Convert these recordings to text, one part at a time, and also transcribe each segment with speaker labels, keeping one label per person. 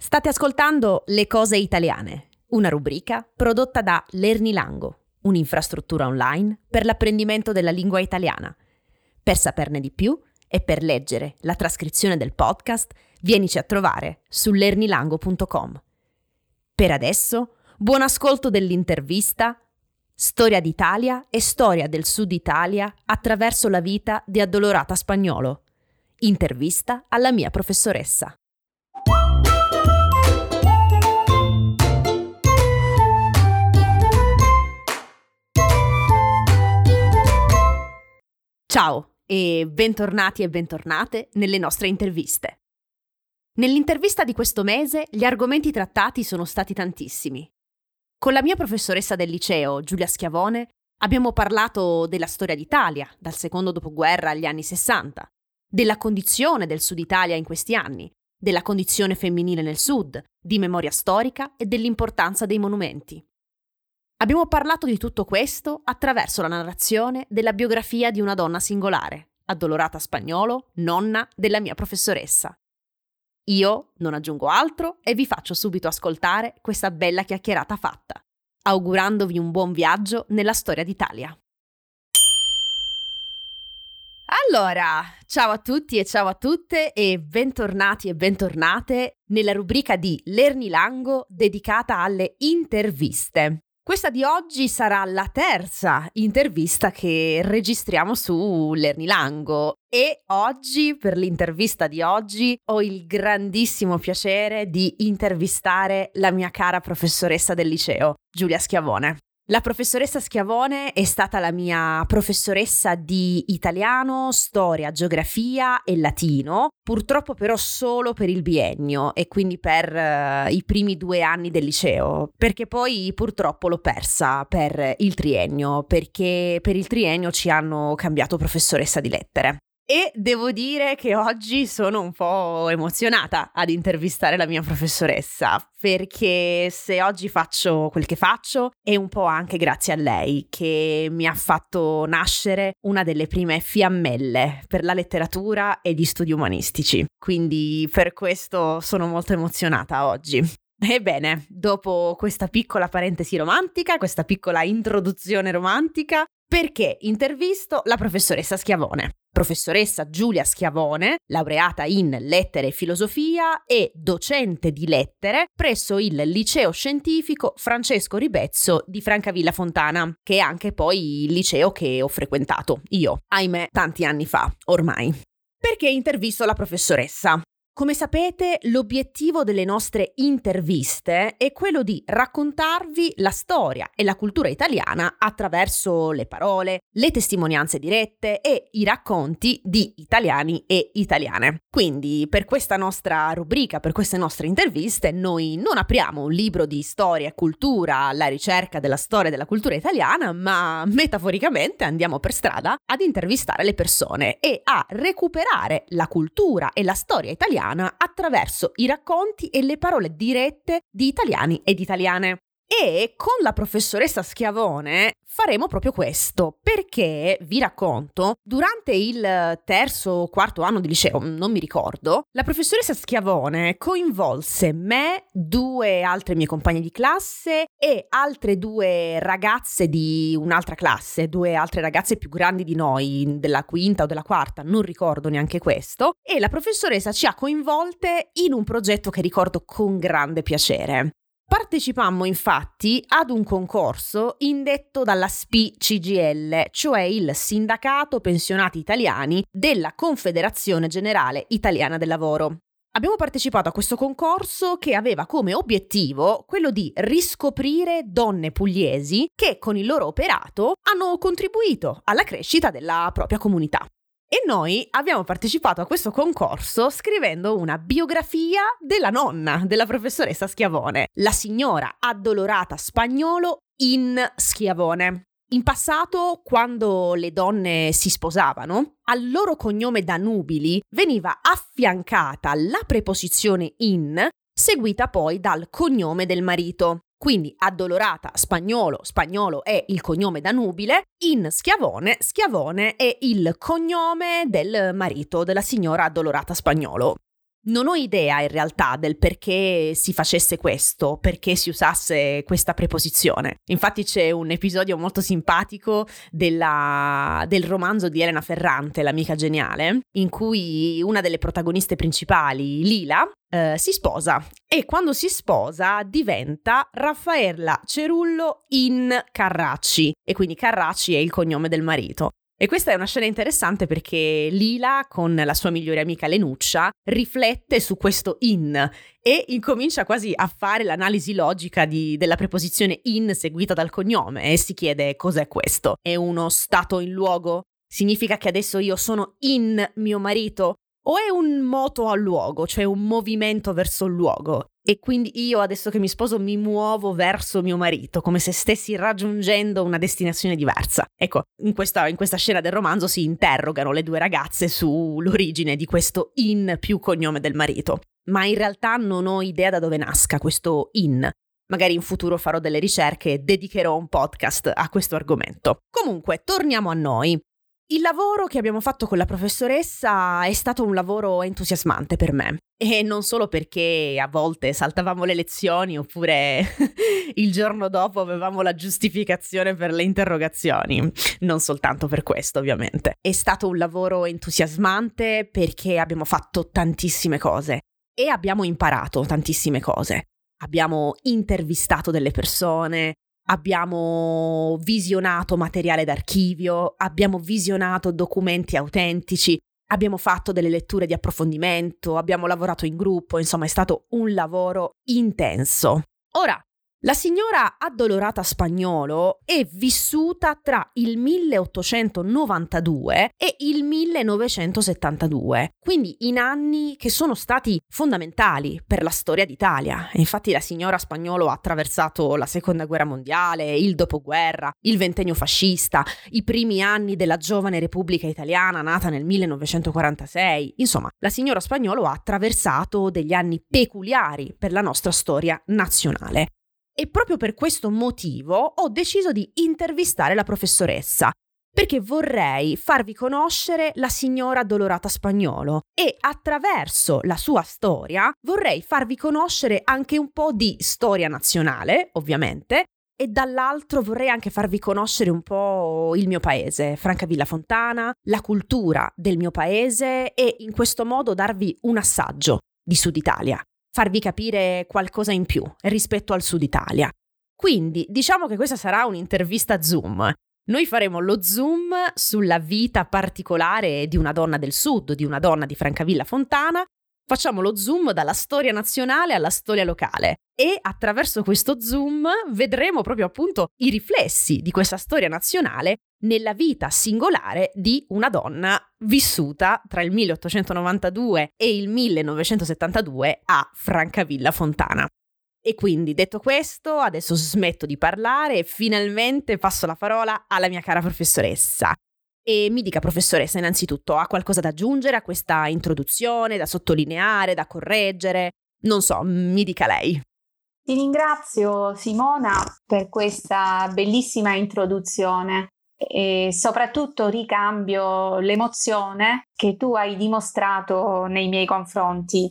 Speaker 1: State ascoltando Le Cose Italiane, una rubrica prodotta da Lernilango, un'infrastruttura online per l'apprendimento della lingua italiana. Per saperne di più e per leggere la trascrizione del podcast, vienici a trovare su lernilango.com. Per adesso, buon ascolto dell'intervista Storia d'Italia e storia del Sud Italia attraverso la vita di Addolorata Spagnolo. Intervista alla mia professoressa. Ciao e bentornati e bentornate nelle nostre interviste. Nell'intervista di questo mese gli argomenti trattati sono stati tantissimi. Con la mia professoressa del liceo, Giulia Schiavone, abbiamo parlato della storia d'Italia, dal secondo dopoguerra agli anni 60, della condizione del Sud Italia in questi anni, della condizione femminile nel Sud, di memoria storica e dell'importanza dei monumenti. Abbiamo parlato di tutto questo attraverso la narrazione della biografia di una donna singolare, Addolorata Spagnolo, nonna della mia professoressa. Io non aggiungo altro e vi faccio subito ascoltare questa bella chiacchierata fatta, augurandovi un buon viaggio nella storia d'Italia. Allora, ciao a tutti e ciao a tutte e bentornati e bentornate nella rubrica di Lernilango dedicata alle interviste. Questa di oggi sarà la terza intervista che registriamo su Lernilango e oggi, per l'intervista di oggi, ho il grandissimo piacere di intervistare la mia cara professoressa del liceo, Giulia Schiavone. La professoressa Schiavone è stata la mia professoressa di italiano, storia, geografia e latino, purtroppo però solo per il biennio e quindi per i primi 2 anni del liceo, perché poi purtroppo l'ho persa per il triennio, perché per il triennio ci hanno cambiato professoressa di lettere. E devo dire che oggi sono un po' emozionata ad intervistare la mia professoressa, perché se oggi faccio quel che faccio è un po' anche grazie a lei, che mi ha fatto nascere una delle prime fiammelle per la letteratura e gli studi umanistici. Quindi per questo sono molto emozionata oggi. Ebbene, dopo questa piccola parentesi romantica, questa piccola introduzione romantica, perché intervisto la professoressa Schiavone? Professoressa Giulia Schiavone, laureata in lettere e filosofia e docente di lettere presso il liceo scientifico Francesco Ribezzo di Francavilla Fontana, che è anche poi il liceo che ho frequentato io, ahimè, tanti anni fa, ormai. Perché intervisto la professoressa? Come sapete, l'obiettivo delle nostre interviste è quello di raccontarvi la storia e la cultura italiana attraverso le parole, le testimonianze dirette e i racconti di italiani e italiane. Quindi, per questa nostra rubrica, per queste nostre interviste, noi non apriamo un libro di storia e cultura alla ricerca della storia e della cultura italiana, ma metaforicamente andiamo per strada ad intervistare le persone e a recuperare la cultura e la storia italiana attraverso i racconti e le parole dirette di italiani ed italiane. E con la professoressa Schiavone faremo proprio questo, perché, vi racconto, durante il terzo o quarto anno di liceo, non mi ricordo, la professoressa Schiavone coinvolse me, 2 altre mie compagne di classe e altre 2 ragazze di un'altra classe, 2 altre ragazze più grandi di noi, della quinta o della quarta, non ricordo neanche questo, e la professoressa ci ha coinvolte in un progetto che ricordo con grande piacere. Partecipammo infatti ad un concorso indetto dalla SPI-CGIL, cioè il Sindacato Pensionati Italiani della Confederazione Generale Italiana del Lavoro. Abbiamo partecipato a questo concorso che aveva come obiettivo quello di riscoprire donne pugliesi che con il loro operato hanno contribuito alla crescita della propria comunità. E noi abbiamo partecipato a questo concorso scrivendo una biografia della nonna della professoressa Schiavone, la signora Addolorata Spagnolo in Schiavone. In passato, quando le donne si sposavano, al loro cognome da nubili veniva affiancata la preposizione in, seguita poi dal cognome del marito. Quindi Addolorata Spagnolo, Spagnolo è il cognome da nubile, in Schiavone, Schiavone è il cognome del marito della signora Addolorata Spagnolo. Non ho idea in realtà del perché si facesse questo, perché si usasse questa preposizione. Infatti c'è un episodio molto simpatico del romanzo di Elena Ferrante, L'amica geniale, in cui una delle protagoniste principali, Lila, si sposa e quando si sposa diventa Raffaella Cerullo in Carracci e quindi Carracci è il cognome del marito. E questa è una scena interessante perché Lila, con la sua migliore amica Lenuccia, riflette su questo in e incomincia quasi a fare l'analisi logica della preposizione in seguita dal cognome e si chiede cos'è questo. È uno stato in luogo? Significa che adesso io sono in mio marito? O è un moto al luogo, cioè un movimento verso il luogo? E quindi io adesso che mi sposo mi muovo verso mio marito, come se stessi raggiungendo una destinazione diversa. Ecco, in questa scena del romanzo si interrogano le due ragazze sull'origine di questo in più cognome del marito. Ma in realtà non ho idea da dove nasca questo in. Magari in futuro farò delle ricerche e dedicherò un podcast a questo argomento. Comunque, torniamo a noi. Il lavoro che abbiamo fatto con la professoressa è stato un lavoro entusiasmante per me e non solo perché a volte saltavamo le lezioni oppure il giorno dopo avevamo la giustificazione per le interrogazioni, non soltanto per questo ovviamente. È stato un lavoro entusiasmante perché abbiamo fatto tantissime cose e abbiamo imparato tantissime cose. Abbiamo intervistato delle persone, abbiamo visionato materiale d'archivio, abbiamo visionato documenti autentici, abbiamo fatto delle letture di approfondimento, abbiamo lavorato in gruppo, insomma è stato un lavoro intenso. Ora, la signora Addolorata Spagnuolo è vissuta tra il 1892 e il 1972, quindi in anni che sono stati fondamentali per la storia d'Italia. Infatti la signora Spagnuolo ha attraversato la Seconda Guerra Mondiale, il dopoguerra, il ventennio fascista, i primi anni della giovane Repubblica Italiana nata nel 1946. Insomma, la signora Spagnuolo ha attraversato degli anni peculiari per la nostra storia nazionale. E proprio per questo motivo ho deciso di intervistare la professoressa, perché vorrei farvi conoscere la signora Addolorata Spagnuolo e attraverso la sua storia vorrei farvi conoscere anche un po' di storia nazionale, ovviamente, e dall'altro vorrei anche farvi conoscere un po' il mio paese, Francavilla Fontana, la cultura del mio paese e in questo modo darvi un assaggio di Sud Italia. Farvi capire qualcosa in più rispetto al Sud Italia. Quindi diciamo che questa sarà un'intervista Zoom. Noi faremo lo Zoom sulla vita particolare di una donna del Sud, di una donna di Francavilla Fontana. Facciamo lo Zoom dalla storia nazionale alla storia locale e attraverso questo Zoom vedremo proprio appunto i riflessi di questa storia nazionale nella vita singolare di una donna vissuta tra il 1892 e il 1972 a Francavilla Fontana. E quindi, detto questo, adesso smetto di parlare e finalmente passo la parola alla mia cara professoressa. E mi dica, professoressa, innanzitutto, ha qualcosa da aggiungere a questa introduzione, da sottolineare, da correggere? Non so, mi dica lei.
Speaker 2: Ti ringrazio, Simona, per questa bellissima introduzione. E soprattutto ricambio l'emozione che tu hai dimostrato nei miei confronti.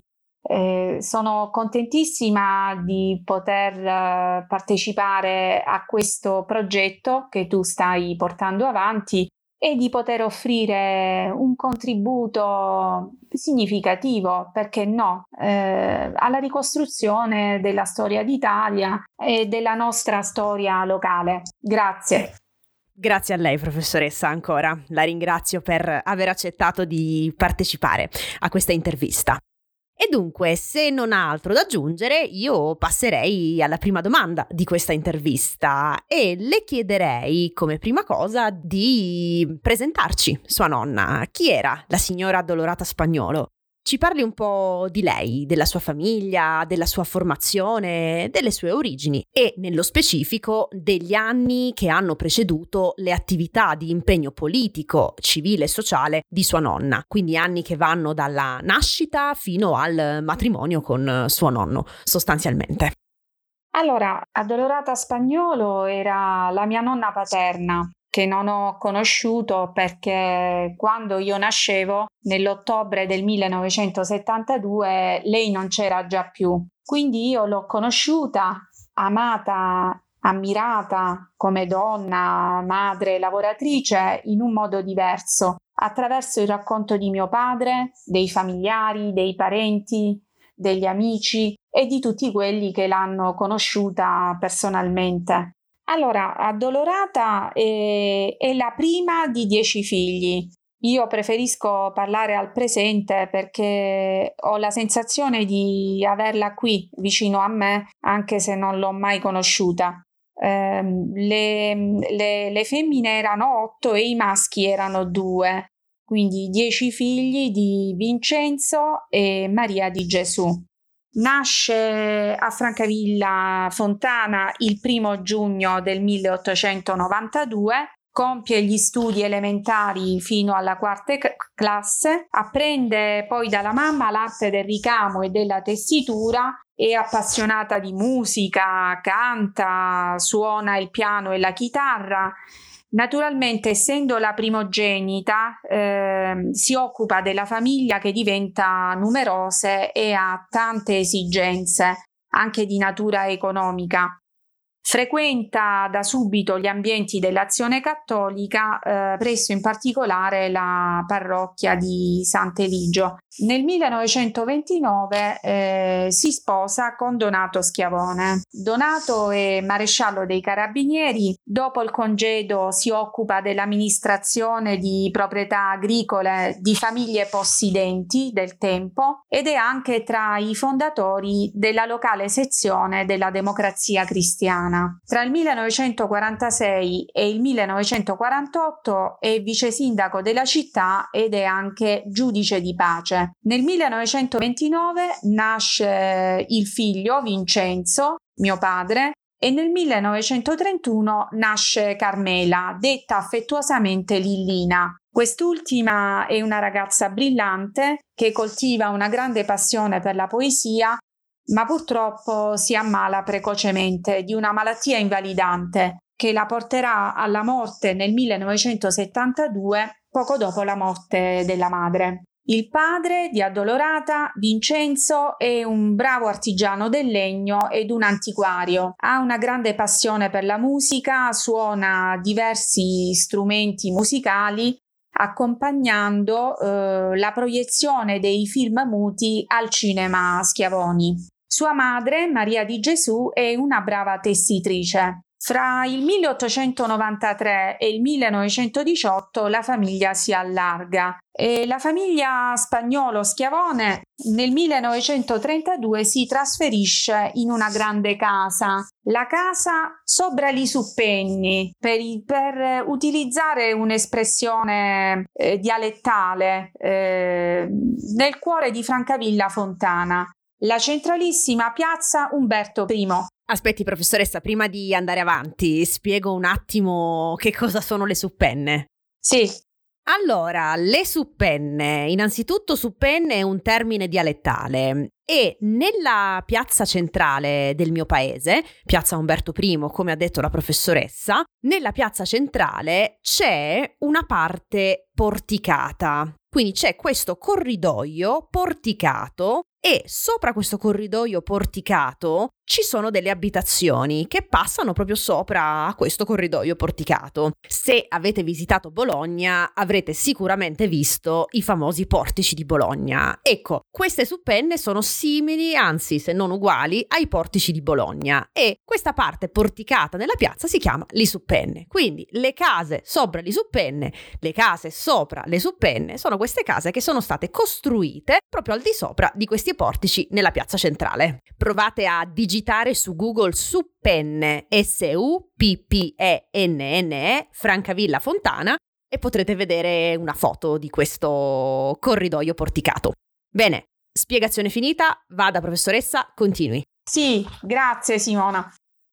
Speaker 2: Sono contentissima di poter partecipare a questo progetto che tu stai portando avanti e di poter offrire un contributo significativo, perché no, alla ricostruzione della storia d'Italia e della nostra storia locale. Grazie.
Speaker 1: Grazie a lei, professoressa, ancora. La ringrazio per aver accettato di partecipare a questa intervista. E dunque, se non ha altro da aggiungere, io passerei alla prima domanda di questa intervista e le chiederei, come prima cosa, di presentarci sua nonna. Chi era la signora Addolorata Spagnuolo? Ci parli un po' di lei, della sua famiglia, della sua formazione, delle sue origini e, nello specifico, degli anni che hanno preceduto le attività di impegno politico, civile e sociale di sua nonna, quindi anni che vanno dalla nascita fino al matrimonio con suo nonno, sostanzialmente.
Speaker 2: Allora, Addolorata Spagnuolo era la mia nonna paterna, che non ho conosciuto perché quando io nascevo, nell'ottobre del 1972, lei non c'era già più. Quindi io l'ho conosciuta, amata, ammirata come donna, madre, lavoratrice in un modo diverso, attraverso il racconto di mio padre, dei familiari, dei parenti, degli amici e di tutti quelli che l'hanno conosciuta personalmente. Allora, Addolorata è la prima di 10 figli. Io preferisco parlare al presente perché ho la sensazione di averla qui vicino a me, anche se non l'ho mai conosciuta. Le femmine erano 8 e i maschi erano 2, quindi 10 figli di Vincenzo e Maria di Gesù. Nasce a Francavilla Fontana il 1 giugno del 1892, compie gli studi elementari fino alla quarta classe, apprende poi dalla mamma l'arte del ricamo e della tessitura, è appassionata di musica, canta, suona il piano e la chitarra. Naturalmente, essendo la primogenita, si occupa della famiglia che diventa numerose e ha tante esigenze, anche di natura economica. Frequenta da subito gli ambienti dell'Azione Cattolica, presso in particolare la parrocchia di Sant'Eligio. Nel 1929 si sposa con Donato Schiavone. Donato è maresciallo dei Carabinieri, dopo il congedo si occupa dell'amministrazione di proprietà agricole di famiglie possidenti del tempo ed è anche tra i fondatori della locale sezione della Democrazia Cristiana. Tra il 1946 e il 1948 è vice sindaco della città ed è anche giudice di pace. Nel 1929 nasce il figlio Vincenzo, mio padre, e nel 1931 nasce Carmela, detta affettuosamente Lillina. Quest'ultima è una ragazza brillante che coltiva una grande passione per la poesia, ma purtroppo si ammala precocemente di una malattia invalidante che la porterà alla morte nel 1972, poco dopo la morte della madre. Il padre di Addolorata, Vincenzo, è un bravo artigiano del legno ed un antiquario. Ha una grande passione per la musica, suona diversi strumenti musicali, accompagnando la proiezione dei film muti al cinema Schiavoni. Sua madre, Maria di Gesù, è una brava tessitrice. Fra il 1893 e il 1918 la famiglia si allarga e la famiglia Spagnolo-Schiavone nel 1932 si trasferisce in una grande casa, la casa Sobrali Suppenni, per utilizzare un'espressione dialettale, nel cuore di Francavilla Fontana, la centralissima piazza Umberto I.
Speaker 1: Aspetti, professoressa, prima di andare avanti, spiego un attimo che cosa sono le suppenne.
Speaker 2: Sì.
Speaker 1: Allora, le suppenne. Innanzitutto suppenne è un termine dialettale e nella piazza centrale del mio paese, piazza Umberto I, come ha detto la professoressa, nella piazza centrale c'è una parte porticata. Quindi c'è questo corridoio porticato e sopra questo corridoio porticato ci sono delle abitazioni che passano proprio sopra questo corridoio porticato. Se avete visitato Bologna avrete sicuramente visto i famosi portici di Bologna. Ecco, queste suppenne sono simili, anzi se non uguali, ai portici di Bologna e questa parte porticata nella piazza si chiama li suppenne. Quindi le case sopra li suppenne, le case sopra le suppenne sono queste case che sono state costruite proprio al di sopra di questi portici nella piazza centrale. Provate a digitare su Google suppenne, Suppennne, Francavilla Fontana e potrete vedere una foto di questo corridoio porticato. Bene, spiegazione finita, vada professoressa, continui.
Speaker 2: Sì, grazie Simona.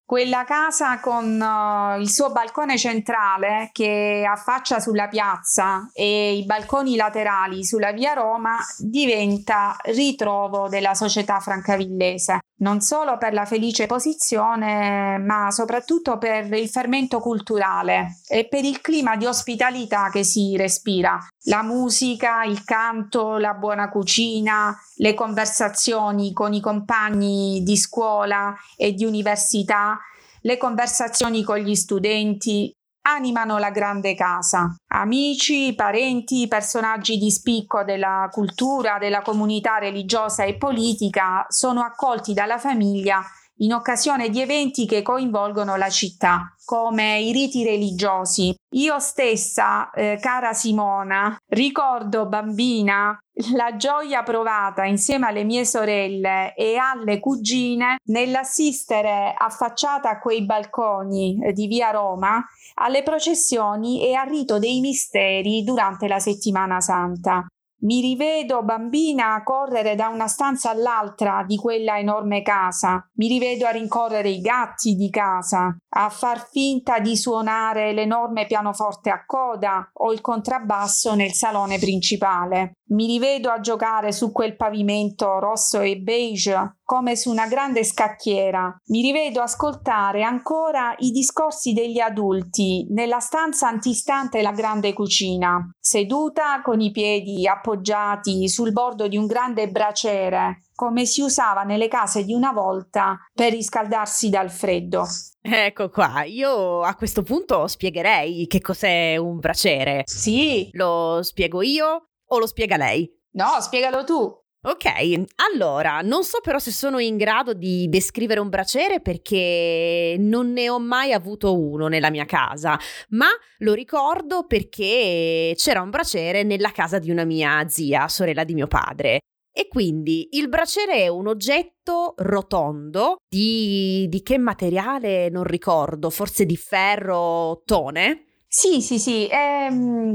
Speaker 2: Quella casa con il suo balcone centrale che affaccia sulla piazza e i balconi laterali sulla via Roma diventa ritrovo della società francavillese, non solo per la felice posizione, ma soprattutto per il fermento culturale e per il clima di ospitalità che si respira. La musica, il canto, la buona cucina, le conversazioni con i compagni di scuola e di università, le conversazioni con gli studenti animano la grande casa. Amici, parenti, personaggi di spicco della cultura, della comunità religiosa e politica sono accolti dalla famiglia in occasione di eventi che coinvolgono la città, come i riti religiosi. Io stessa, cara Simona, ricordo bambina la gioia provata insieme alle mie sorelle e alle cugine nell'assistere affacciata a quei balconi di via Roma alle processioni e al rito dei misteri durante la Settimana Santa. Mi rivedo bambina correre da una stanza all'altra di quella enorme casa, mi rivedo a rincorrere i gatti di casa, a far finta di suonare l'enorme pianoforte a coda o il contrabbasso nel salone principale. Mi rivedo a giocare su quel pavimento rosso e beige come su una grande scacchiera. Mi rivedo ascoltare ancora i discorsi degli adulti nella stanza antistante la grande cucina, seduta con i piedi appoggiati sul bordo di un grande braciere, come si usava nelle case di una volta per riscaldarsi dal freddo.
Speaker 1: Ecco qua, io a questo punto spiegherei che cos'è un braciere.
Speaker 2: Sì.
Speaker 1: Lo spiego io o lo spiega lei?
Speaker 2: No, spiegalo tu.
Speaker 1: Ok, allora, non so però se sono in grado di descrivere un braciere perché non ne ho mai avuto uno nella mia casa, ma lo ricordo perché c'era un braciere nella casa di una mia zia, sorella di mio padre. E quindi il braciere è un oggetto rotondo di che materiale non ricordo, forse di ferro, tone?
Speaker 2: Sì, è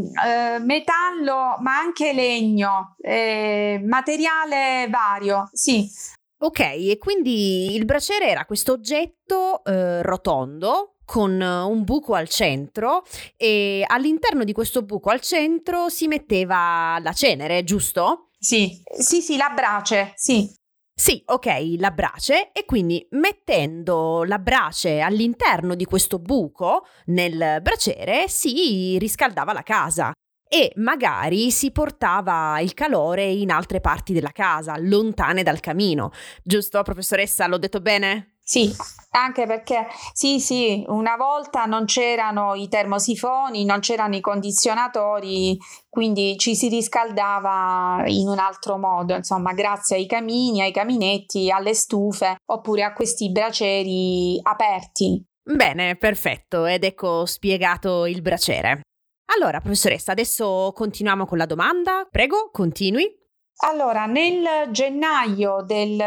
Speaker 2: metallo, ma anche legno, materiale vario, sì.
Speaker 1: Ok, e quindi il braciere era questo oggetto rotondo con un buco al centro e all'interno di questo buco al centro si metteva la cenere, giusto?
Speaker 2: Sì, la brace, sì.
Speaker 1: Sì, ok, la brace, e quindi mettendo la brace all'interno di questo buco nel braciere si riscaldava la casa e magari si portava il calore in altre parti della casa, lontane dal camino. Giusto, professoressa? L'ho detto bene?
Speaker 2: Sì, anche perché sì, una volta non c'erano i termosifoni, non c'erano i condizionatori, quindi ci si riscaldava in un altro modo, insomma, grazie ai camini, ai caminetti, alle stufe, oppure a questi bracieri aperti.
Speaker 1: Bene, perfetto, ed ecco spiegato il braciere. Allora, professoressa, adesso continuiamo con la domanda. Prego, continui.
Speaker 2: Allora, nel gennaio del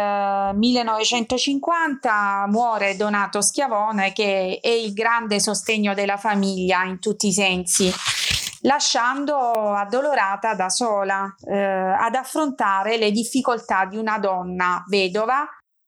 Speaker 2: 1950 muore Donato Schiavone, che è il grande sostegno della famiglia in tutti i sensi, lasciando addolorata da sola ad affrontare le difficoltà di una donna vedova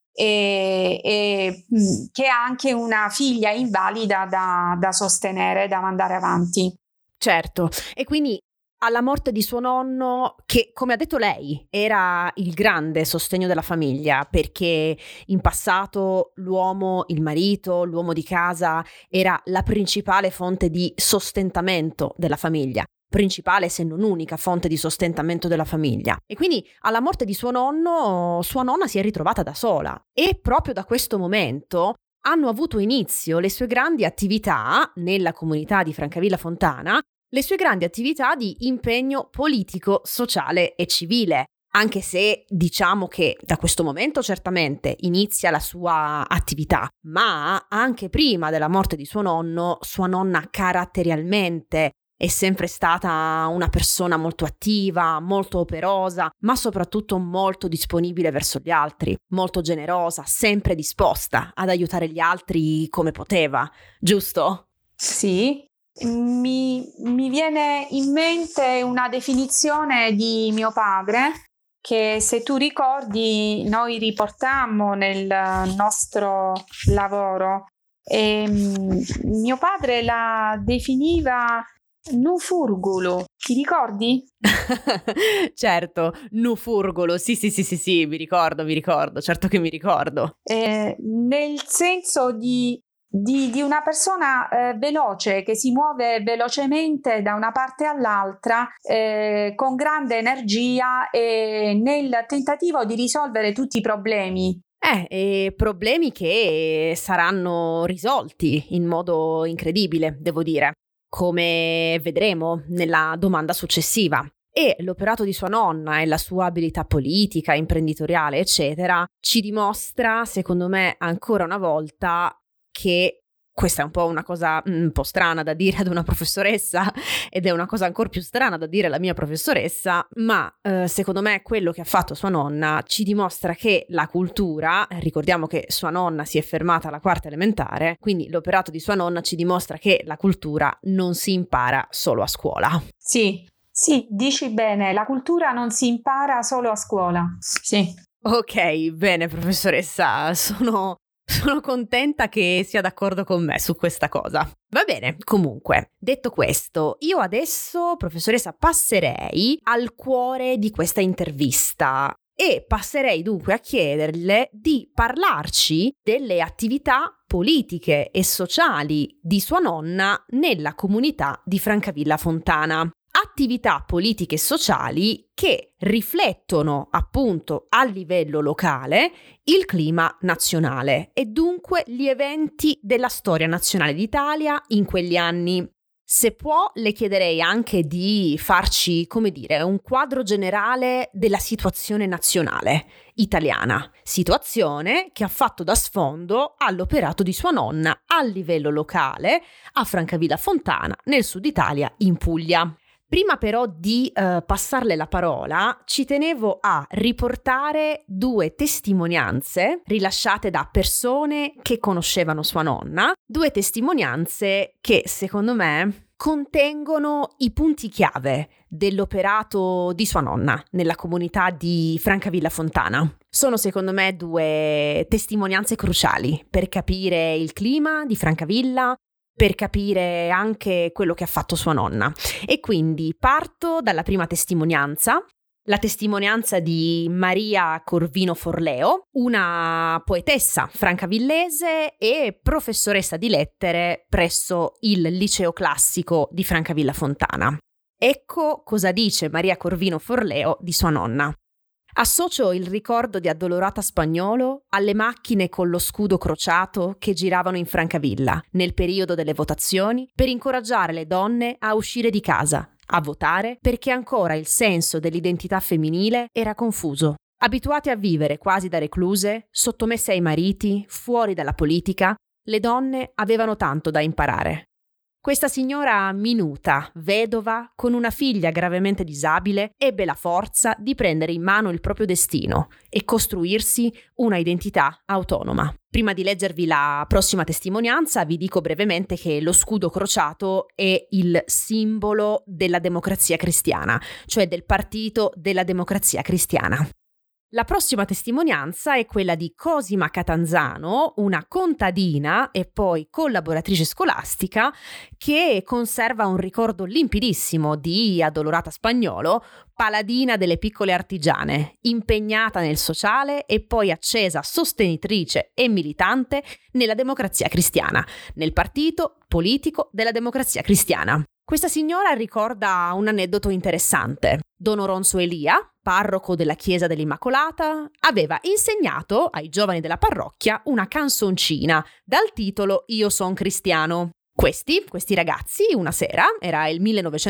Speaker 2: e che ha anche una figlia invalida da sostenere, da mandare avanti.
Speaker 1: Certo, e quindi alla morte di suo nonno, che come ha detto lei era il grande sostegno della famiglia, perché in passato l'uomo, il marito, l'uomo di casa era la principale fonte di sostentamento della famiglia, principale se non unica fonte di sostentamento della famiglia. E quindi alla morte di suo nonno, sua nonna si è ritrovata da sola e proprio da questo momento hanno avuto inizio le sue grandi attività nella comunità di Francavilla Fontana, le sue grandi attività di impegno politico, sociale e civile, anche se diciamo che da questo momento certamente inizia la sua attività, ma anche prima della morte di suo nonno, sua nonna caratterialmente è sempre stata una persona molto attiva, molto operosa, ma soprattutto molto disponibile verso gli altri, molto generosa, sempre disposta ad aiutare gli altri come poteva, giusto?
Speaker 2: Sì. Mi viene in mente una definizione di mio padre che, se tu ricordi, noi riportammo nel nostro lavoro Mio padre la definiva nufurgulu, ti ricordi?
Speaker 1: Certo, nufurgolo, sì, mi ricordo, certo che mi ricordo.
Speaker 2: Nel senso di una persona veloce, che si muove velocemente da una parte all'altra con grande energia e nel tentativo di risolvere tutti i problemi.
Speaker 1: E problemi che saranno risolti in modo incredibile, devo dire, come vedremo nella domanda successiva. E l'operato di sua nonna e la sua abilità politica, imprenditoriale, eccetera, ci dimostra, secondo me, ancora una volta che questa è un po' una cosa un po' strana da dire ad una professoressa ed è una cosa ancora più strana da dire alla mia professoressa, ma secondo me quello che ha fatto sua nonna ci dimostra che la cultura, ricordiamo che sua nonna si è fermata alla quarta elementare, quindi l'operato di sua nonna ci dimostra che la cultura non si impara solo a scuola.
Speaker 2: Sì, dici bene, la cultura non si impara solo a scuola. Sì.
Speaker 1: Ok, bene professoressa, sono contenta che sia d'accordo con me su questa cosa. Va bene, comunque, detto questo, io adesso, professoressa, passerei al cuore di questa intervista e passerei dunque a chiederle di parlarci delle attività politiche e sociali di sua nonna nella comunità di Francavilla Fontana. Attività politiche e sociali che riflettono appunto a livello locale il clima nazionale e dunque gli eventi della storia nazionale d'Italia in quegli anni. Se può, le chiederei anche di farci, come dire, un quadro generale della situazione nazionale italiana, situazione che ha fatto da sfondo all'operato di sua nonna a livello locale a Francavilla Fontana, nel sud Italia, in Puglia. Prima però di passarle la parola, ci tenevo a riportare 2 testimonianze rilasciate da persone che conoscevano sua nonna, 2 testimonianze che secondo me contengono i punti chiave dell'operato di sua nonna nella comunità di Francavilla Fontana. Sono secondo me 2 testimonianze cruciali per capire il clima di Francavilla, per capire anche quello che ha fatto sua nonna. E quindi parto dalla prima testimonianza, la testimonianza di Maria Corvino Forleo, una poetessa francavillese e professoressa di lettere presso il Liceo Classico di Francavilla Fontana. Ecco cosa dice Maria Corvino Forleo di sua nonna. Associo il ricordo di Addolorata Spagnolo alle macchine con lo scudo crociato che giravano in Francavilla nel periodo delle votazioni per incoraggiare le donne a uscire di casa, a votare, perché ancora il senso dell'identità femminile era confuso. Abituate a vivere quasi da recluse, sottomesse ai mariti, fuori dalla politica, le donne avevano tanto da imparare. Questa signora minuta, vedova, con una figlia gravemente disabile, ebbe la forza di prendere in mano il proprio destino e costruirsi una identità autonoma. Prima di leggervi la prossima testimonianza, vi dico brevemente che lo scudo crociato è il simbolo della Democrazia Cristiana, cioè del Partito della Democrazia Cristiana. La prossima testimonianza è quella di Cosima Catanzano, una contadina e poi collaboratrice scolastica che conserva un ricordo limpidissimo di Addolorata Spagnolo, paladina delle piccole artigiane, impegnata nel sociale e poi accesa sostenitrice e militante nella Democrazia Cristiana, nel partito politico della Democrazia Cristiana. Questa signora ricorda un aneddoto interessante. Don Oronzo Elia, parroco della chiesa dell'Immacolata, aveva insegnato ai giovani della parrocchia una canzoncina dal titolo Io son cristiano. Questi ragazzi, una sera, era il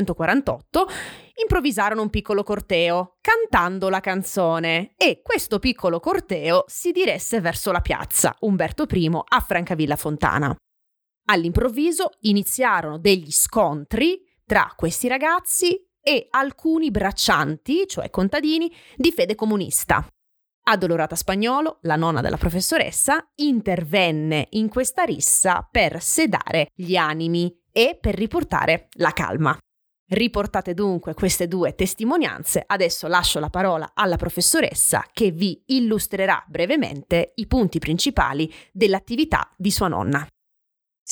Speaker 1: 1948, improvvisarono un piccolo corteo, cantando la canzone, e questo piccolo corteo si diresse verso la piazza Umberto I a Francavilla Fontana. All'improvviso iniziarono degli scontri tra questi ragazzi e alcuni braccianti, cioè contadini, di fede comunista. Addolorata Spagnolo, la nonna della professoressa, intervenne in questa rissa per sedare gli animi e per riportare la calma. Riportate dunque queste 2 testimonianze, adesso lascio la parola alla professoressa che vi illustrerà brevemente i punti principali dell'attività di sua nonna.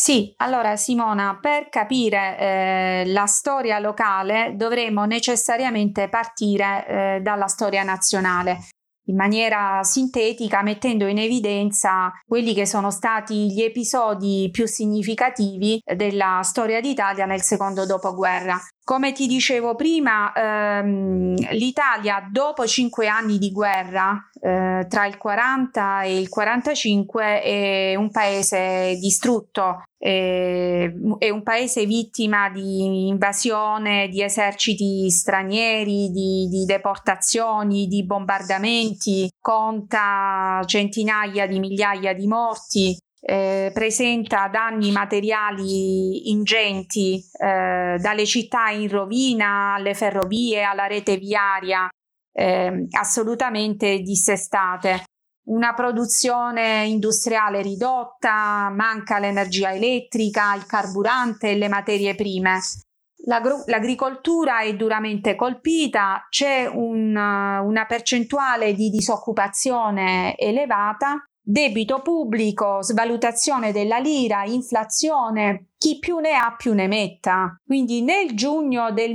Speaker 2: Sì, allora Simona, per capire la storia locale dovremo necessariamente partire dalla storia nazionale in maniera sintetica, mettendo in evidenza quelli che sono stati gli episodi più significativi della storia d'Italia nel secondo dopoguerra. Come ti dicevo prima, l'Italia dopo 5 anni di guerra, tra il 40 e il 45, è un paese distrutto, è un paese vittima di invasione, di eserciti stranieri, di deportazioni, di bombardamenti, conta centinaia di migliaia di morti. Presenta danni materiali ingenti, dalle città in rovina alle ferrovie, alla rete viaria, assolutamente dissestate. Una produzione industriale ridotta, manca l'energia elettrica, il carburante e le materie prime. L'agricoltura è duramente colpita, c'è una percentuale di disoccupazione elevata, debito pubblico, svalutazione della lira, inflazione, chi più ne ha più ne metta. Quindi nel giugno del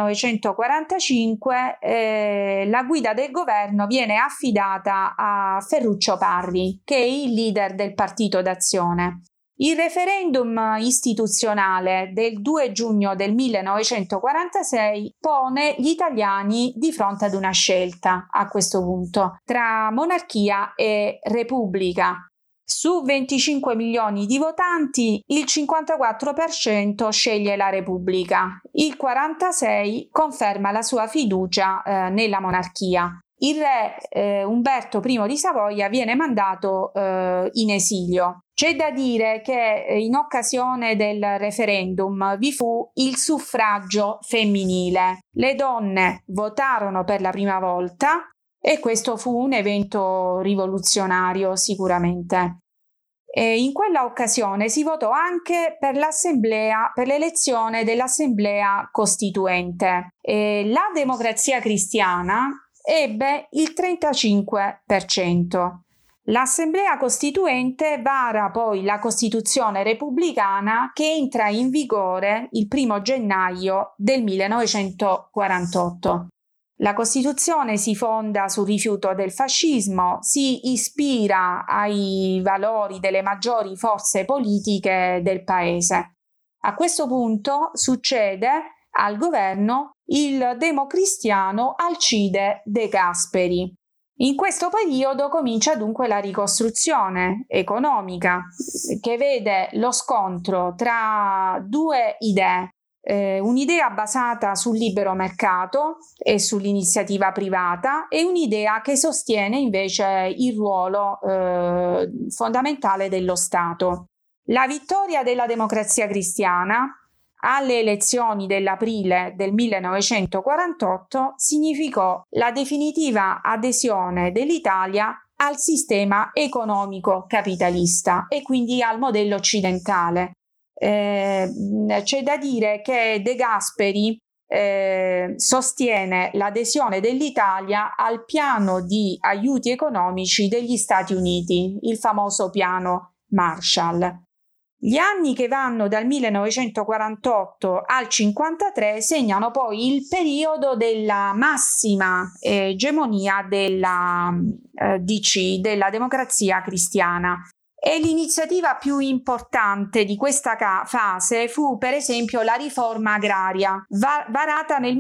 Speaker 2: 1945 la guida del governo viene affidata a Ferruccio Parri, che è il leader del Partito d'Azione. Il referendum istituzionale del 2 giugno del 1946 pone gli italiani di fronte ad una scelta, a questo punto, tra monarchia e repubblica. Su 25 milioni di votanti, il 54% sceglie la Repubblica, il 46% conferma la sua fiducia nella monarchia. Il re Umberto I di Savoia viene mandato in esilio. C'è da dire che in occasione del referendum vi fu il suffragio femminile. Le donne votarono per la prima volta e questo fu un evento rivoluzionario sicuramente. E in quella occasione si votò anche per l'elezione dell'Assemblea Costituente. La Democrazia Cristiana ebbe il 35%. L'Assemblea Costituente vara poi la Costituzione repubblicana che entra in vigore il 1 gennaio del 1948. La Costituzione si fonda sul rifiuto del fascismo, si ispira ai valori delle maggiori forze politiche del paese. A questo punto succede al governo il democristiano Alcide De Gasperi. In questo periodo comincia dunque la ricostruzione economica, che vede lo scontro tra due idee. Un'idea basata sul libero mercato e sull'iniziativa privata e un'idea che sostiene invece il ruolo fondamentale dello Stato. La vittoria della Democrazia Cristiana alle elezioni dell'aprile del 1948 significò la definitiva adesione dell'Italia al sistema economico capitalista e quindi al modello occidentale. C'è da dire che De Gasperi sostiene l'adesione dell'Italia al piano di aiuti economici degli Stati Uniti, il famoso piano Marshall. Gli anni che vanno dal 1948 al 1953 segnano poi il periodo della massima egemonia della DC, della Democrazia Cristiana. E l'iniziativa più importante di questa fase fu per esempio la riforma agraria, varata nel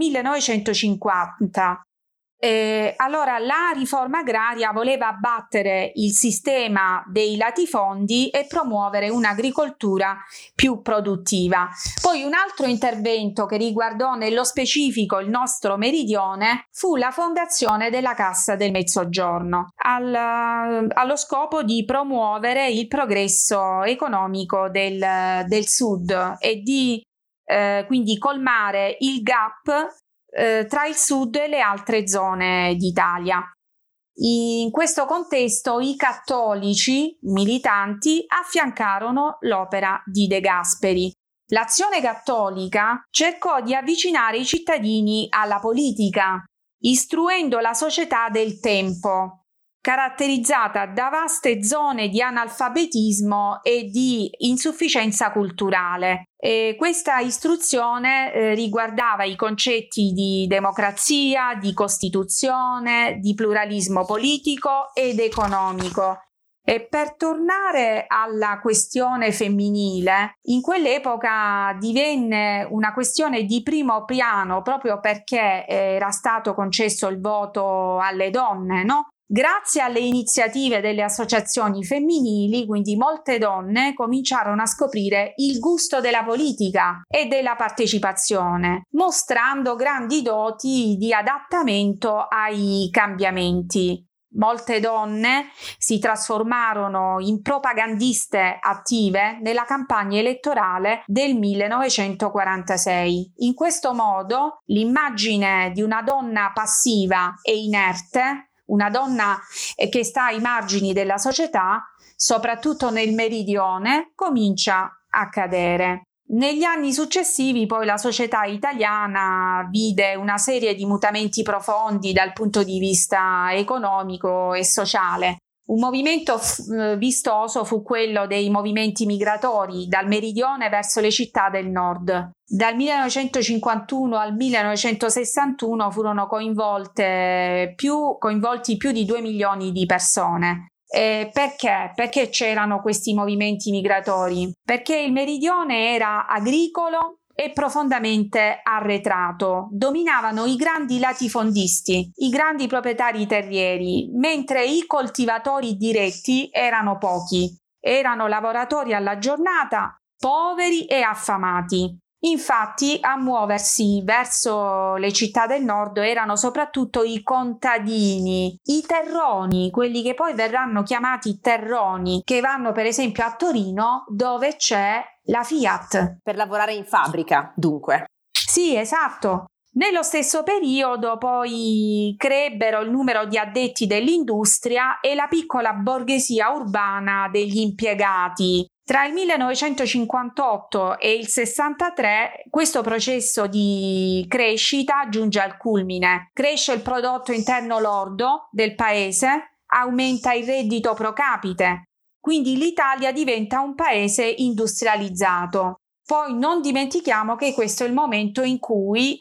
Speaker 2: 1950. Allora la riforma agraria voleva abbattere il sistema dei latifondi e promuovere un'agricoltura più produttiva. Poi un altro intervento che riguardò nello specifico il nostro meridione fu la fondazione della Cassa del Mezzogiorno allo scopo di promuovere il progresso economico del Sud e di quindi colmare il gap tra il sud e le altre zone d'Italia. In questo contesto i cattolici militanti affiancarono l'opera di De Gasperi. L'Azione Cattolica cercò di avvicinare i cittadini alla politica, istruendo la società del tempo, caratterizzata da vaste zone di analfabetismo e di insufficienza culturale. Questa istruzione riguardava i concetti di democrazia, di Costituzione, di pluralismo politico ed economico. E per tornare alla questione femminile, in quell'epoca divenne una questione di primo piano proprio perché era stato concesso il voto alle donne, no? Grazie alle iniziative delle associazioni femminili, quindi molte donne cominciarono a scoprire il gusto della politica e della partecipazione, mostrando grandi doti di adattamento ai cambiamenti. Molte donne si trasformarono in propagandiste attive nella campagna elettorale del 1946. In questo modo, l'immagine di una donna passiva e inerte, una donna che sta ai margini della società, soprattutto nel meridione, comincia a cadere. Negli anni successivi poi la società italiana vide una serie di mutamenti profondi dal punto di vista economico e sociale. Un movimento vistoso fu quello dei movimenti migratori dal meridione verso le città del nord. Dal 1951 al 1961 furono coinvolti più di 2 milioni di persone. Perché? Perché c'erano questi movimenti migratori? Perché il meridione era agricolo e profondamente arretrato. Dominavano i grandi latifondisti, i grandi proprietari terrieri, mentre i coltivatori diretti erano pochi. Erano lavoratori alla giornata, poveri e affamati. Infatti, a muoversi verso le città del nord erano soprattutto i contadini, i terroni, quelli che poi verranno chiamati terroni, che vanno per esempio a Torino dove c'è la Fiat.
Speaker 1: Per lavorare in fabbrica, dunque.
Speaker 2: Sì, esatto. Nello stesso periodo poi crebbero il numero di addetti dell'industria e la piccola borghesia urbana degli impiegati. Tra il 1958 e il 63 questo processo di crescita giunge al culmine. Cresce il prodotto interno lordo del paese, aumenta il reddito pro capite, quindi l'Italia diventa un paese industrializzato. Poi non dimentichiamo che questo è il momento in cui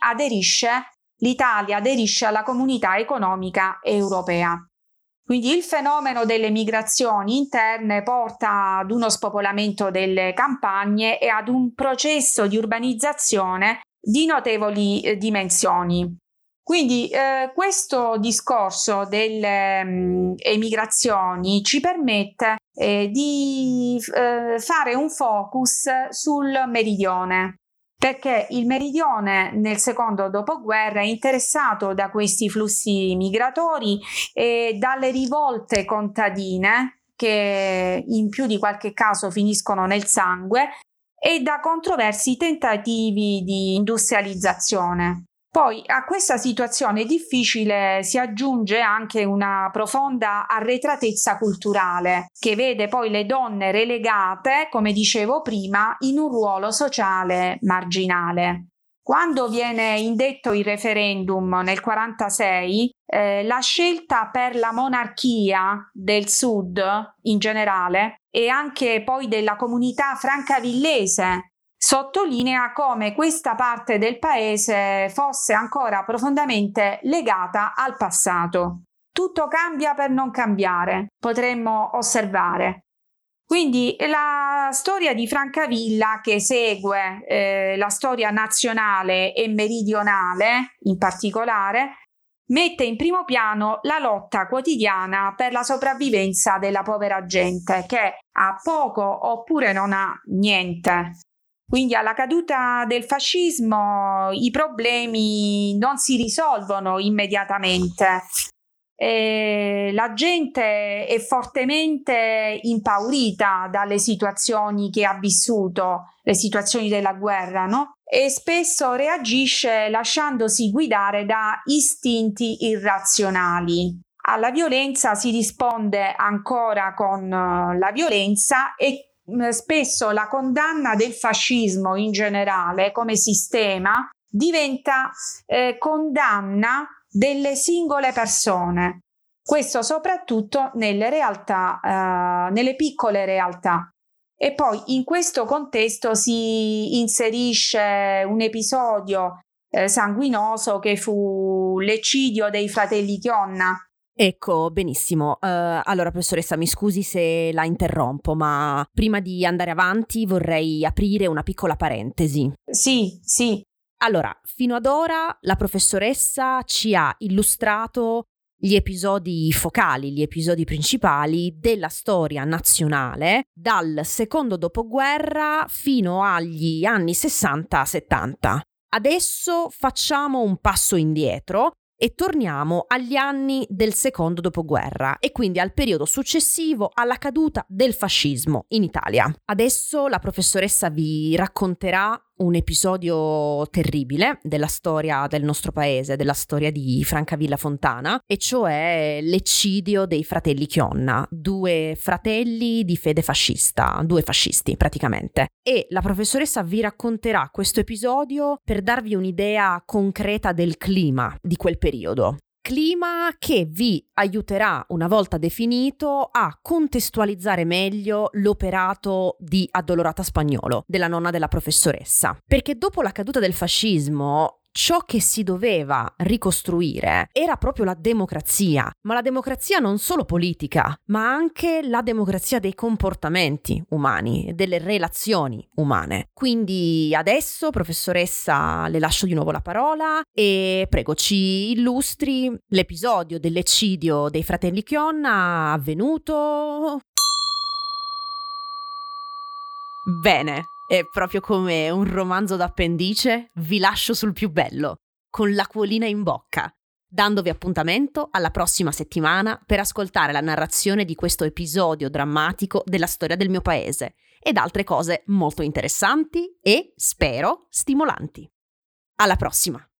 Speaker 2: l'Italia aderisce alla Comunità Economica Europea. Quindi il fenomeno delle migrazioni interne porta ad uno spopolamento delle campagne e ad un processo di urbanizzazione di notevoli dimensioni. Quindi questo discorso delle emigrazioni ci permette di fare un focus sul meridione, perché il meridione nel secondo dopoguerra è interessato da questi flussi migratori e dalle rivolte contadine che in più di qualche caso finiscono nel sangue e da controversi tentativi di industrializzazione. Poi a questa situazione difficile si aggiunge anche una profonda arretratezza culturale che vede poi le donne relegate, come dicevo prima, in un ruolo sociale marginale. Quando viene indetto il referendum nel 1946, la scelta per la monarchia del Sud in generale e anche poi della comunità francavillese sottolinea come questa parte del paese fosse ancora profondamente legata al passato. Tutto cambia per non cambiare, potremmo osservare. Quindi la storia di Francavilla, che segue la storia nazionale e meridionale in particolare, mette in primo piano la lotta quotidiana per la sopravvivenza della povera gente che ha poco oppure non ha niente. Quindi alla caduta del fascismo i problemi non si risolvono immediatamente. La gente è fortemente impaurita dalle situazioni che ha vissuto, le situazioni della guerra, no? E spesso reagisce lasciandosi guidare da istinti irrazionali. Alla violenza si risponde ancora con la violenza e spesso la condanna del fascismo in generale come sistema diventa condanna delle singole persone. Questo soprattutto nelle realtà, nelle piccole realtà. E poi in questo contesto si inserisce un episodio sanguinoso che fu l'eccidio dei fratelli Chionna.
Speaker 1: Ecco, benissimo. Allora, professoressa, mi scusi se la interrompo, ma prima di andare avanti vorrei aprire una piccola parentesi.
Speaker 2: Sì.
Speaker 1: Allora, fino ad ora la professoressa ci ha illustrato gli episodi focali, gli episodi principali della storia nazionale dal secondo dopoguerra fino agli anni 60-70. Adesso facciamo un passo indietro e torniamo agli anni del secondo dopoguerra e quindi al periodo successivo alla caduta del fascismo in Italia. Adesso la professoressa vi racconterà un episodio terribile della storia del nostro paese, della storia di Francavilla Fontana, e cioè l'eccidio dei fratelli Chionna, 2 fratelli di fede fascista, 2 fascisti praticamente. E la professoressa vi racconterà questo episodio per darvi un'idea concreta del clima di quel periodo. Clima che vi aiuterà, una volta definito, a contestualizzare meglio l'operato di Addolorata Spagnolo, della nonna della professoressa. Perché dopo la caduta del fascismo, ciò che si doveva ricostruire era proprio la democrazia, ma la democrazia non solo politica, ma anche la democrazia dei comportamenti umani, delle relazioni umane. Quindi adesso, professoressa, le lascio di nuovo la parola e prego ci illustri l'episodio dell'eccidio dei fratelli Chionna avvenuto... Bene. E proprio come un romanzo d'appendice, vi lascio sul più bello, con l'acquolina in bocca, dandovi appuntamento alla prossima settimana per ascoltare la narrazione di questo episodio drammatico della storia del mio paese ed altre cose molto interessanti e, spero, stimolanti. Alla prossima!